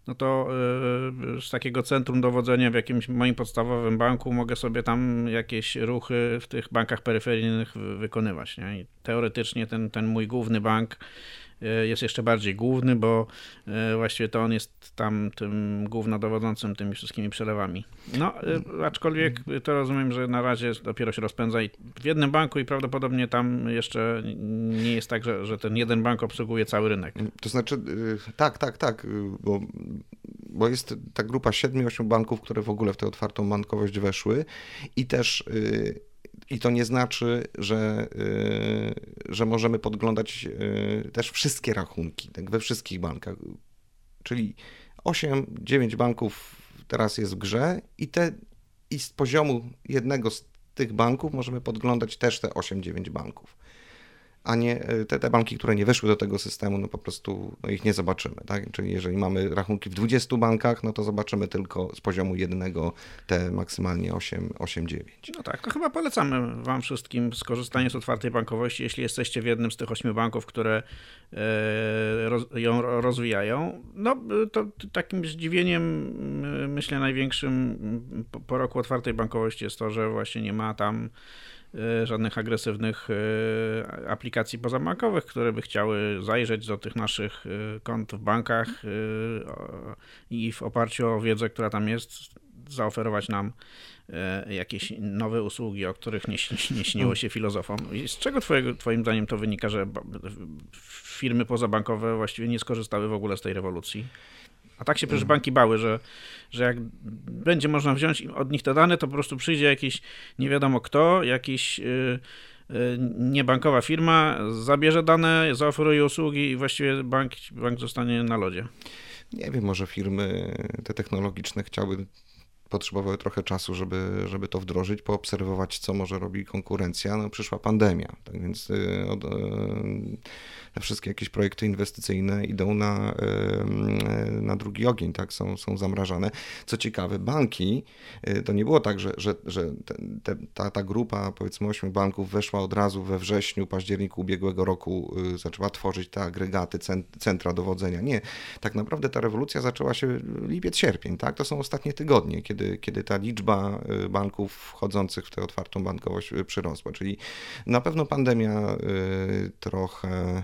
z takiego centrum dowodzenia w jakimś moim podstawowym banku mogę sobie tam jakieś ruchy w tych bankach peryferyjnych wykonywać. Nie? I teoretycznie ten mój główny bank jest jeszcze bardziej główny, bo właściwie to on jest tam tym głównodowodzącym tymi wszystkimi przelewami. No, aczkolwiek to rozumiem, że na razie dopiero się rozpędza i w jednym banku i prawdopodobnie tam jeszcze nie jest tak, że ten jeden bank obsługuje cały rynek. To znaczy, tak, bo jest ta grupa 7-8 banków, które w ogóle w tę otwartą bankowość weszły i też i to nie znaczy, że możemy podglądać też wszystkie rachunki, tak, we wszystkich bankach. Czyli 8-9 banków teraz jest w grze i z poziomu jednego z tych banków możemy podglądać też te 8-9 banków. A nie te banki, które nie weszły do tego systemu, no po prostu ich nie zobaczymy. Tak? Czyli jeżeli mamy rachunki w 20 bankach, no to zobaczymy tylko z poziomu jednego te maksymalnie 8-9. No tak, to chyba polecamy wam wszystkim skorzystanie z otwartej bankowości, jeśli jesteście w jednym z tych 8 banków, które ją rozwijają. No to takim zdziwieniem, myślę, największym po roku otwartej bankowości jest to, że właśnie nie ma tam żadnych agresywnych aplikacji pozabankowych, które by chciały zajrzeć do tych naszych kont w bankach i w oparciu o wiedzę, która tam jest, zaoferować nam jakieś nowe usługi, o których nie śniło się filozofom. I z czego twoim zdaniem to wynika, że firmy pozabankowe właściwie nie skorzystały w ogóle z tej rewolucji? A tak się przecież banki bały, że jak będzie można wziąć od nich te dane, to po prostu przyjdzie jakiś nie wiadomo kto, jakiś niebankowa firma, zabierze dane, zaoferuje usługi i właściwie bank zostanie na lodzie. Nie wiem, może firmy te technologiczne potrzebowały trochę czasu, żeby to wdrożyć, poobserwować, co może robi konkurencja. No, przyszła pandemia, tak więc te wszystkie jakieś projekty inwestycyjne idą na drugi ogień, tak? Są zamrażane. Co ciekawe, banki, to nie było tak, że ta grupa, powiedzmy 8 banków weszła od razu we wrześniu, październiku ubiegłego roku, zaczęła tworzyć te agregaty, centra dowodzenia. Nie, tak naprawdę ta rewolucja zaczęła się lipiec, sierpień, tak? To są ostatnie tygodnie, kiedy ta liczba banków wchodzących w tę otwartą bankowość przyrosła. Czyli na pewno pandemia trochę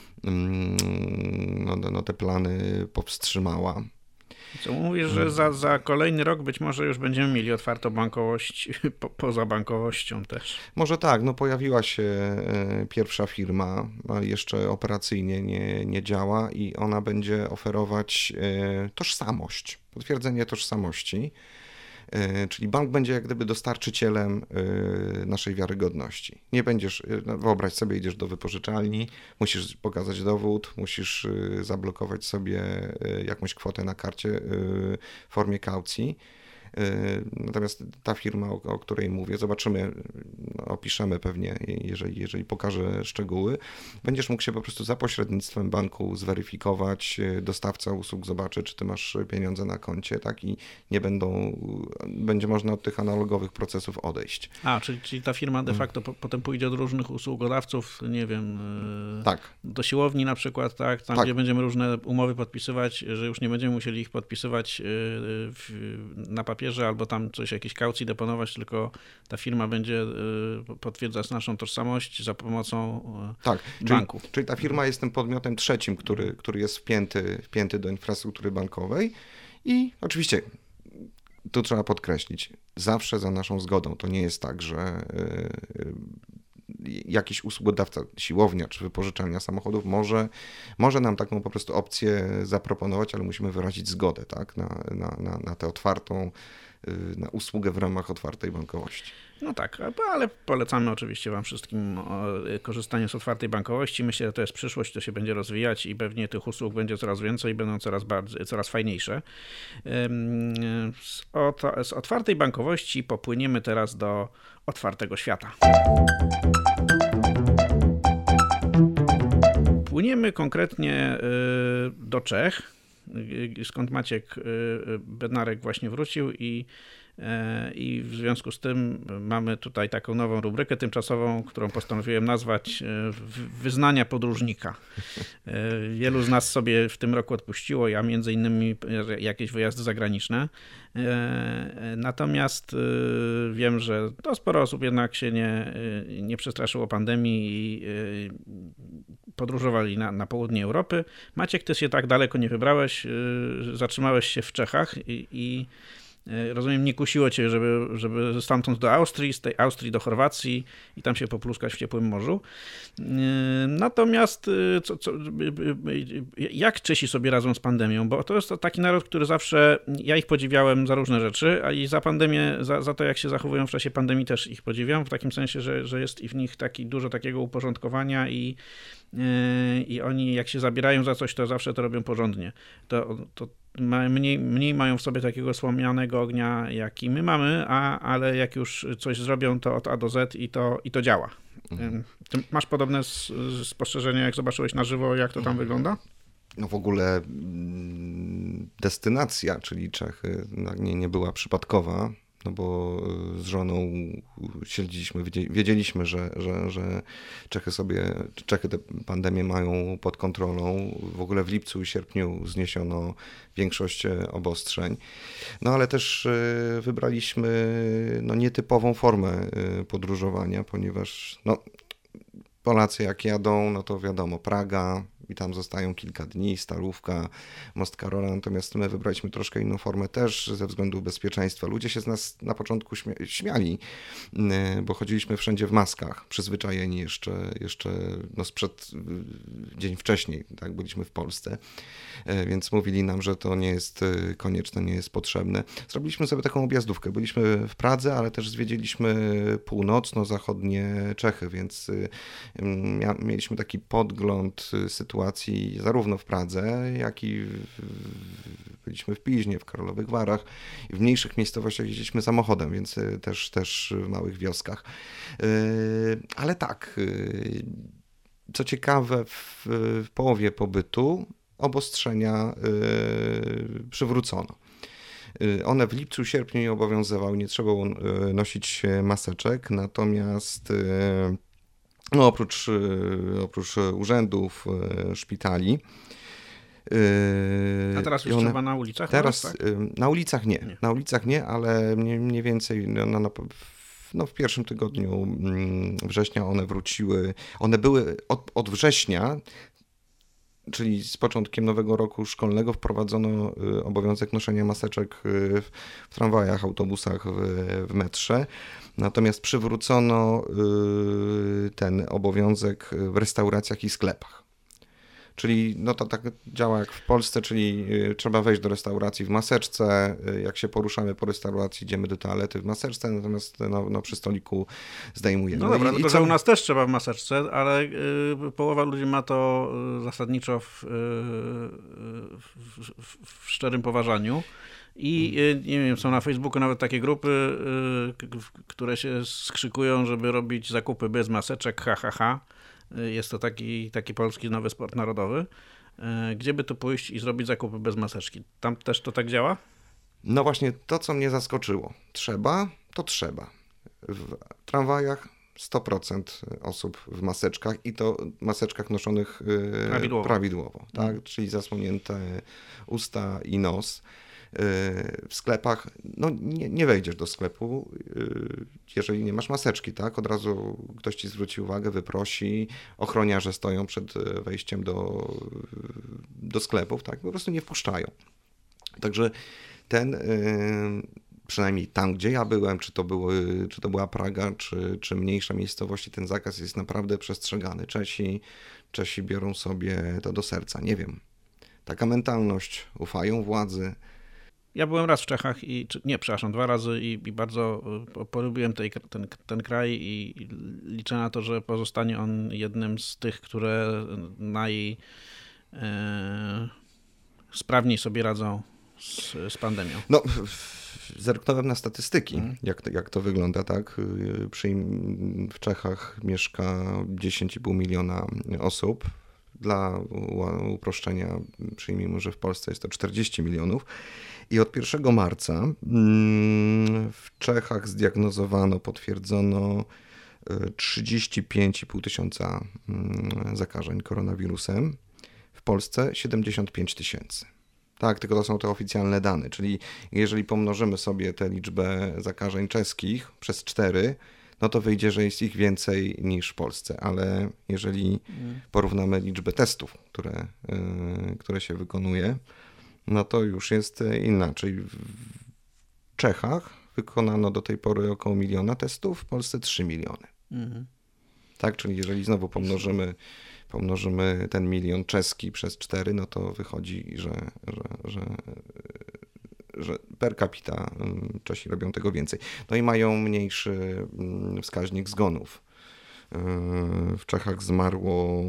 te plany powstrzymała. Co mówisz, że za kolejny rok być może już będziemy mieli otwartą bankowość poza bankowością też. Może tak, no pojawiła się pierwsza firma, ale jeszcze operacyjnie nie działa i ona będzie oferować tożsamość, potwierdzenie tożsamości. Czyli bank będzie jak gdyby dostarczycielem naszej wiarygodności. Nie będziesz, wyobraź sobie, idziesz do wypożyczalni, musisz pokazać dowód, musisz zablokować sobie jakąś kwotę na karcie w formie kaucji. Natomiast ta firma, o której mówię, zobaczymy, opiszemy pewnie, jeżeli pokażę szczegóły, będziesz mógł się po prostu za pośrednictwem banku zweryfikować, dostawca usług zobaczy, czy ty masz pieniądze na koncie, tak, i będzie można od tych analogowych procesów odejść. Czyli ta firma de facto potem pójdzie do różnych usługodawców, nie wiem, tak. Do siłowni na przykład, tak, tam gdzie będziemy różne umowy podpisywać, że już nie będziemy musieli ich podpisywać na papierze, albo tam jakieś kaucji deponować, tylko ta firma będzie potwierdzać naszą tożsamość za pomocą banku. Czyli ta firma jest tym podmiotem trzecim, który jest wpięty do infrastruktury bankowej i oczywiście tu trzeba podkreślić, zawsze za naszą zgodą. To nie jest tak, że jakiś usługodawca, siłownia czy wypożyczalnia samochodów może nam taką po prostu opcję zaproponować, ale musimy wyrazić zgodę, tak, na tę otwartą, na usługę w ramach otwartej bankowości. No tak, ale polecamy oczywiście wam wszystkim korzystanie z otwartej bankowości. Myślę, że to jest przyszłość, to się będzie rozwijać i pewnie tych usług będzie coraz więcej i będą coraz fajniejsze. Z otwartej bankowości popłyniemy teraz do otwartego świata. Płyniemy konkretnie do Czech, skąd Maciek Bednarek właśnie wrócił i w związku z tym mamy tutaj taką nową rubrykę tymczasową, którą postanowiłem nazwać Wyznania podróżnika. Wielu z nas sobie w tym roku odpuściło, a między innymi jakieś wyjazdy zagraniczne. Natomiast wiem, że to sporo osób jednak się nie przestraszyło pandemii i podróżowali na południe Europy. Maciek, ty się tak daleko nie wybrałeś, zatrzymałeś się w Czechach i rozumiem, nie kusiło cię, żeby stamtąd do Austrii, z tej Austrii do Chorwacji i tam się popluskać w ciepłym morzu. Natomiast jak Czesi sobie radzą z pandemią? Bo to jest taki naród, który zawsze, ja ich podziwiałem za różne rzeczy, a i za pandemię, za to, jak się zachowują w czasie pandemii, też ich podziwiam, w takim sensie, że jest w nich dużo takiego uporządkowania i oni jak się zabierają za coś, to zawsze to robią porządnie. To mniej mają w sobie takiego słomianego ognia, jaki my mamy, ale jak już coś zrobią, to od A do Z i to działa. Ty masz podobne spostrzeżenia, jak zobaczyłeś na żywo, jak to tam wygląda? No w ogóle destynacja, czyli Czechy, nie była przypadkowa. No bo z żoną śledziliśmy, wiedzieliśmy, że Czechy tę pandemię mają pod kontrolą. W ogóle w lipcu i sierpniu zniesiono większość obostrzeń. No ale też wybraliśmy nietypową formę podróżowania, ponieważ Polacy jak jadą, no to wiadomo, Praga, i tam zostają kilka dni, Starówka, Most Karola, natomiast my wybraliśmy troszkę inną formę też ze względu bezpieczeństwa. Ludzie się z nas na początku śmiali, bo chodziliśmy wszędzie w maskach, przyzwyczajeni jeszcze sprzed dzień wcześniej, tak, byliśmy w Polsce, więc mówili nam, że to nie jest konieczne, nie jest potrzebne. Zrobiliśmy sobie taką objazdówkę. Byliśmy w Pradze, ale też zwiedziliśmy północno-zachodnie Czechy, więc mieliśmy taki podgląd sytuacji zarówno w Pradze, jak i byliśmy w Piźnie, w Karolowych Warach i w mniejszych miejscowościach jeździliśmy samochodem, więc też w małych wioskach. Ale tak, co ciekawe, w połowie pobytu obostrzenia przywrócono. One w lipcu, sierpniu nie obowiązywały, nie trzeba było nosić maseczek, natomiast oprócz urzędów, szpitali. A teraz już trzeba na ulicach? Teraz tak? Na ulicach nie. Na ulicach nie, ale mniej więcej w pierwszym tygodniu września one wróciły. One były od września, czyli z początkiem nowego roku szkolnego, wprowadzono obowiązek noszenia maseczek w tramwajach, autobusach, w metrze. Natomiast przywrócono ten obowiązek w restauracjach i sklepach. Czyli to tak działa jak w Polsce, czyli trzeba wejść do restauracji w maseczce, jak się poruszamy po restauracji, idziemy do toalety w maseczce, natomiast przy stoliku zdejmujemy. No dobra, tylko że u nas też trzeba w maseczce, ale połowa ludzi ma to zasadniczo w szczerym poważaniu. I nie wiem, są na Facebooku nawet takie grupy, które się skrzykują, żeby robić zakupy bez maseczek, Jest to taki polski nowy sport narodowy. Gdzie by tu pójść i zrobić zakupy bez maseczki? Tam też to tak działa? No właśnie to, co mnie zaskoczyło. Trzeba, to trzeba. W tramwajach 100% osób w maseczkach i to maseczkach noszonych prawidłowo, tak? Czyli zasłonięte usta i nos. W sklepach, nie wejdziesz do sklepu, jeżeli nie masz maseczki, tak? Od razu ktoś ci zwróci uwagę, wyprosi, ochroniarze stoją przed wejściem do sklepów, tak? Po prostu nie wpuszczają. Także przynajmniej tam, gdzie ja byłem, czy to była Praga, czy mniejsze miejscowości, ten zakaz jest naprawdę przestrzegany. Czesi biorą sobie to do serca, nie wiem. Taka mentalność, ufają władzy. Ja byłem raz w Czechach, dwa razy i bardzo polubiłem ten kraj i liczę na to, że pozostanie on jednym z tych, które najsprawniej sobie radzą z pandemią. Zerknąłem na statystyki, jak to wygląda, tak? W Czechach mieszka 10,5 miliona osób. Dla uproszczenia przyjmijmy, że w Polsce jest to 40 milionów. I od 1 marca w Czechach potwierdzono 35,5 tysiąca zakażeń koronawirusem. W Polsce 75 tysięcy. Tak, tylko to są te oficjalne dane, czyli jeżeli pomnożymy sobie tę liczbę zakażeń czeskich przez 4, no to wyjdzie, że jest ich więcej niż w Polsce, ale jeżeli porównamy liczbę testów, które się wykonuje, no to już jest inaczej. W Czechach wykonano do tej pory około 1 miliona testów, w Polsce 3 miliony. Tak, czyli jeżeli znowu pomnożymy ten 1 milion czeski przez 4, no to wychodzi, że per capita Czesi robią tego więcej. No i mają mniejszy wskaźnik zgonów. W Czechach zmarło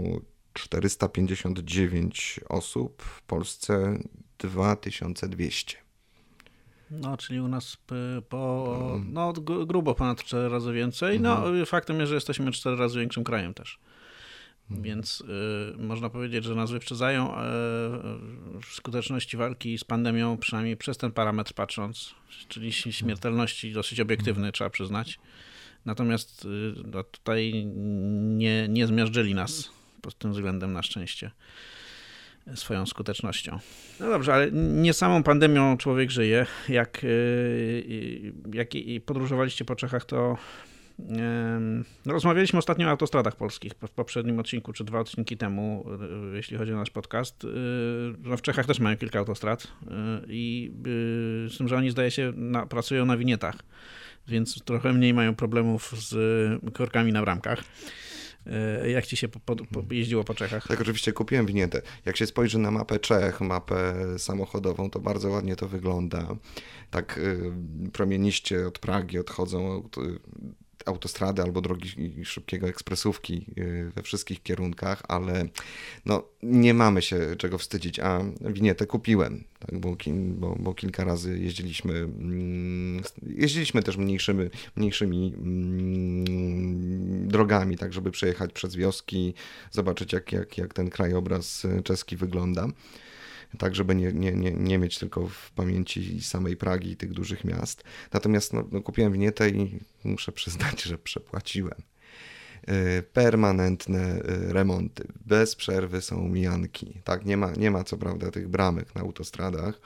459 osób, w Polsce 2200. No, czyli u nas grubo ponad 4 razy więcej. No, faktem jest, że jesteśmy 4 razy większym krajem też. Więc można powiedzieć, że nas wyprzedzają w skuteczności walki z pandemią, przynajmniej przez ten parametr patrząc, czyli śmiertelności dosyć obiektywny, trzeba przyznać. Natomiast tutaj nie zmiażdżyli nas pod tym względem na szczęście swoją skutecznością. No dobrze, ale nie samą pandemią człowiek żyje. Jak podróżowaliście po Czechach, to Rozmawialiśmy ostatnio o autostradach polskich w poprzednim odcinku, czy 2 odcinki temu, jeśli chodzi o nasz podcast. No w Czechach też mają kilka autostrad i z tym, że oni zdaje się pracują na winietach, więc trochę mniej mają problemów z korkami na bramkach. Jak ci się jeździło po Czechach? Tak, oczywiście kupiłem winietę. Jak się spojrzy na mapę Czech, mapę samochodową, to bardzo ładnie to wygląda. Tak promieniście od Pragi odchodzą autostrady albo drogi szybkiego ekspresówki we wszystkich kierunkach, ale no, nie mamy się czego wstydzić, a winietę kupiłem, tak, bo kilka razy jeździliśmy też mniejszymi drogami, tak żeby przejechać przez wioski, zobaczyć jak ten krajobraz czeski wygląda. Tak, żeby nie mieć tylko w pamięci samej Pragi i tych dużych miast. Natomiast kupiłem winietę i muszę przyznać, że przepłaciłem. Permanentne remonty, bez przerwy są mijanki. Tak, nie ma co prawda tych bramek na autostradach,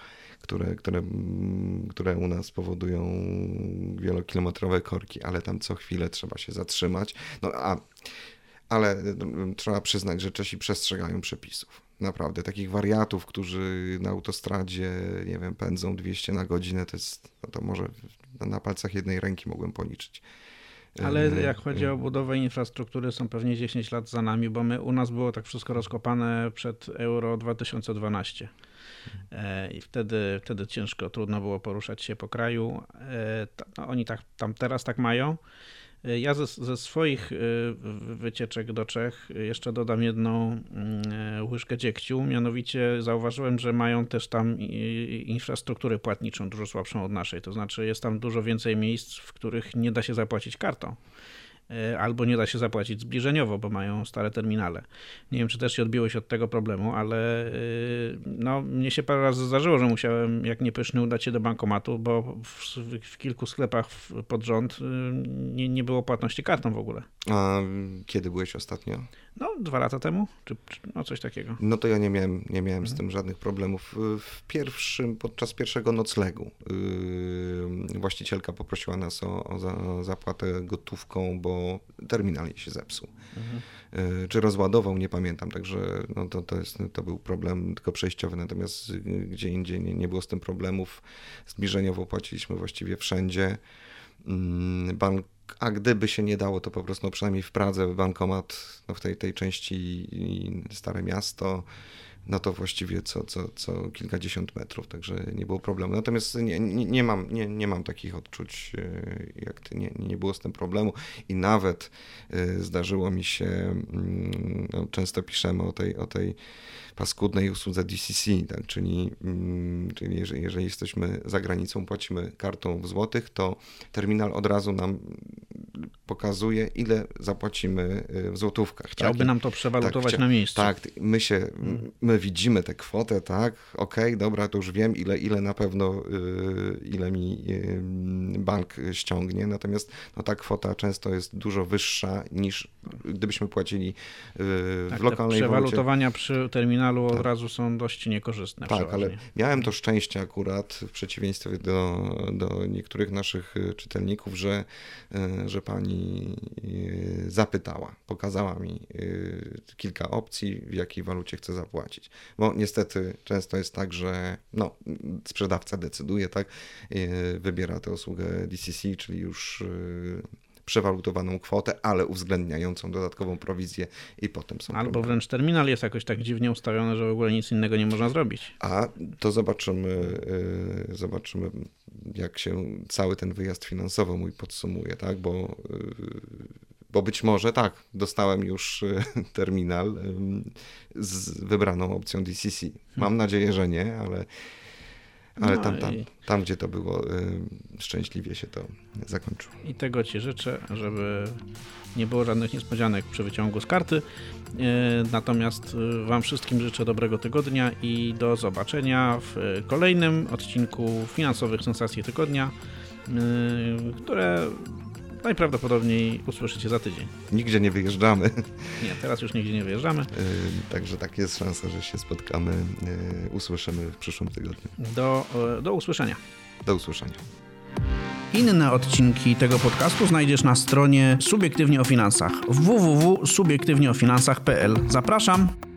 które u nas powodują wielokilometrowe korki, ale tam co chwilę trzeba się zatrzymać. Ale trzeba przyznać, że Czesi przestrzegają przepisów. Naprawdę, takich wariatów, którzy na autostradzie, nie wiem, pędzą 200 na godzinę, to może na palcach jednej ręki mogłem policzyć. Ale jak chodzi o budowę infrastruktury, są pewnie 10 lat za nami, bo u nas było tak wszystko rozkopane przed Euro 2012. I wtedy trudno było poruszać się po kraju. Oni tam teraz tak mają. Ja ze swoich wycieczek do Czech jeszcze dodam jedną łyżkę dziegciu, mianowicie zauważyłem, że mają też tam infrastrukturę płatniczą dużo słabszą od naszej, to znaczy jest tam dużo więcej miejsc, w których nie da się zapłacić kartą. Albo nie da się zapłacić zbliżeniowo, bo mają stare terminale. Nie wiem, czy też się odbiłeś od tego problemu, ale no, mnie się parę razy zdarzyło, że musiałem, jak niepyszny, udać się do bankomatu, bo w kilku sklepach pod rząd nie było płatności kartą w ogóle. A kiedy byłeś ostatnio? No, 2 lata temu, czy coś takiego. No to ja nie miałem z tym żadnych problemów. Podczas pierwszego noclegu właścicielka poprosiła nas o zapłatę gotówką, bo terminal jej się zepsuł. Czy rozładował, nie pamiętam, także no to był problem tylko przejściowy, natomiast gdzie indziej nie było z tym problemów. Zbliżeniowo płaciliśmy właściwie wszędzie. A gdyby się nie dało, to po prostu przynajmniej w Pradze bankomat w tej części Stare Miasto, no to właściwie co kilkadziesiąt metrów, także nie było problemu. Natomiast nie mam takich odczuć jak ty, nie było z tym problemu i nawet zdarzyło mi się, no, często piszemy o tej paskudnej usłudze DCC, tak? Czyli jeżeli jesteśmy za granicą, płacimy kartą w złotych, to terminal od razu nam pokazuje, ile zapłacimy w złotówkach. Chciałby nam to przewalutować na miejscu. Tak, my widzimy tę kwotę, tak, okej, dobra, to już wiem, ile na pewno, ile mi bank ściągnie, natomiast no, ta kwota często jest dużo wyższa niż gdybyśmy płacili w lokalnej walucie. Przewalutowania przy terminalu od razu są dość niekorzystne. Tak, przeważnie. Ale miałem to szczęście akurat, w przeciwieństwie do niektórych naszych czytelników, że pani zapytała, pokazała mi kilka opcji, w jakiej walucie chcę zapłacić. Bo niestety często jest tak, że no, sprzedawca decyduje, tak, wybiera tę usługę DCC, czyli już przewalutowaną kwotę, ale uwzględniającą dodatkową prowizję i potem są albo problemy. Wręcz terminal jest jakoś tak dziwnie ustawiony, że w ogóle nic innego nie można zrobić. A to zobaczymy, jak się cały ten wyjazd finansowo mój podsumuje, tak, bo być może tak, dostałem już terminal z wybraną opcją DCC. Mam nadzieję, że nie, ale tam, gdzie to było, szczęśliwie się to zakończyło. I tego ci życzę, żeby nie było żadnych niespodzianek przy wyciągu z karty. Natomiast wam wszystkim życzę dobrego tygodnia i do zobaczenia w kolejnym odcinku Finansowych Sensacji Tygodnia, które najprawdopodobniej usłyszycie za tydzień. Nigdzie nie wyjeżdżamy. Nie, teraz już nigdzie nie wyjeżdżamy. Także tak jest szansa, że się spotkamy, usłyszymy w przyszłym tygodniu. Do usłyszenia. Do usłyszenia. Inne odcinki tego podcastu znajdziesz na stronie Subiektywnie o Finansach www.subiektywnieofinansach.pl. Zapraszam!